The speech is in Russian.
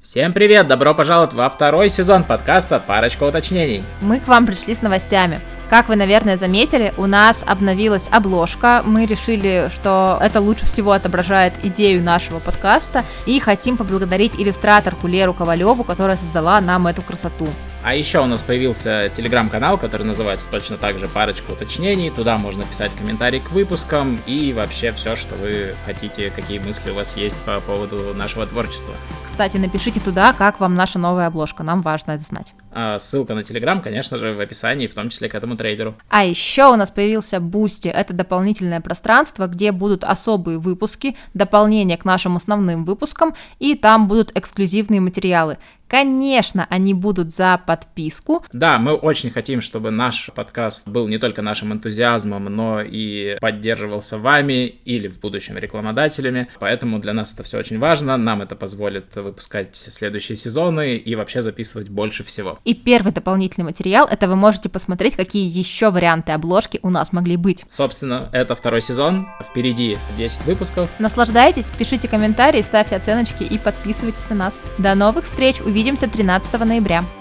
Всем привет! Добро пожаловать во второй сезон подкаста «Парочка уточнений». Мы к вам пришли с новостями. Как вы, наверное, заметили, у нас обновилась обложка. Мы решили, что это лучше всего отображает идею нашего подкаста. И хотим поблагодарить иллюстраторку Леру Ковалеву, которая создала нам эту красоту. А еще у нас появился телеграм-канал, который называется точно так же «Парочка уточнений». Туда можно писать комментарии к выпускам и вообще все, что вы хотите, какие мысли у вас есть по поводу нашего творчества. Кстати, напишите туда, как вам наша новая обложка, нам важно это знать. Ссылка на телеграм, конечно же, в описании, в том числе к этому трейлеру. А еще у нас появился Бусти, это дополнительное пространство, где будут особые выпуски, дополнение к нашим основным выпускам, и там будут эксклюзивные материалы. Конечно, они будут за подписку. Да, мы очень хотим, чтобы наш подкаст был не только нашим энтузиазмом, но и поддерживался вами или в будущем рекламодателями. Поэтому для нас это все очень важно. Нам это позволит выпускать следующие сезоны и вообще записывать больше всего. И первый дополнительный материал, это вы можете посмотреть, какие еще варианты обложки у нас могли быть. Собственно, это второй сезон. Впереди 10 выпусков. Наслаждайтесь, пишите комментарии, ставьте оценочки и подписывайтесь на нас. До новых встреч! Увидимся 13 ноября.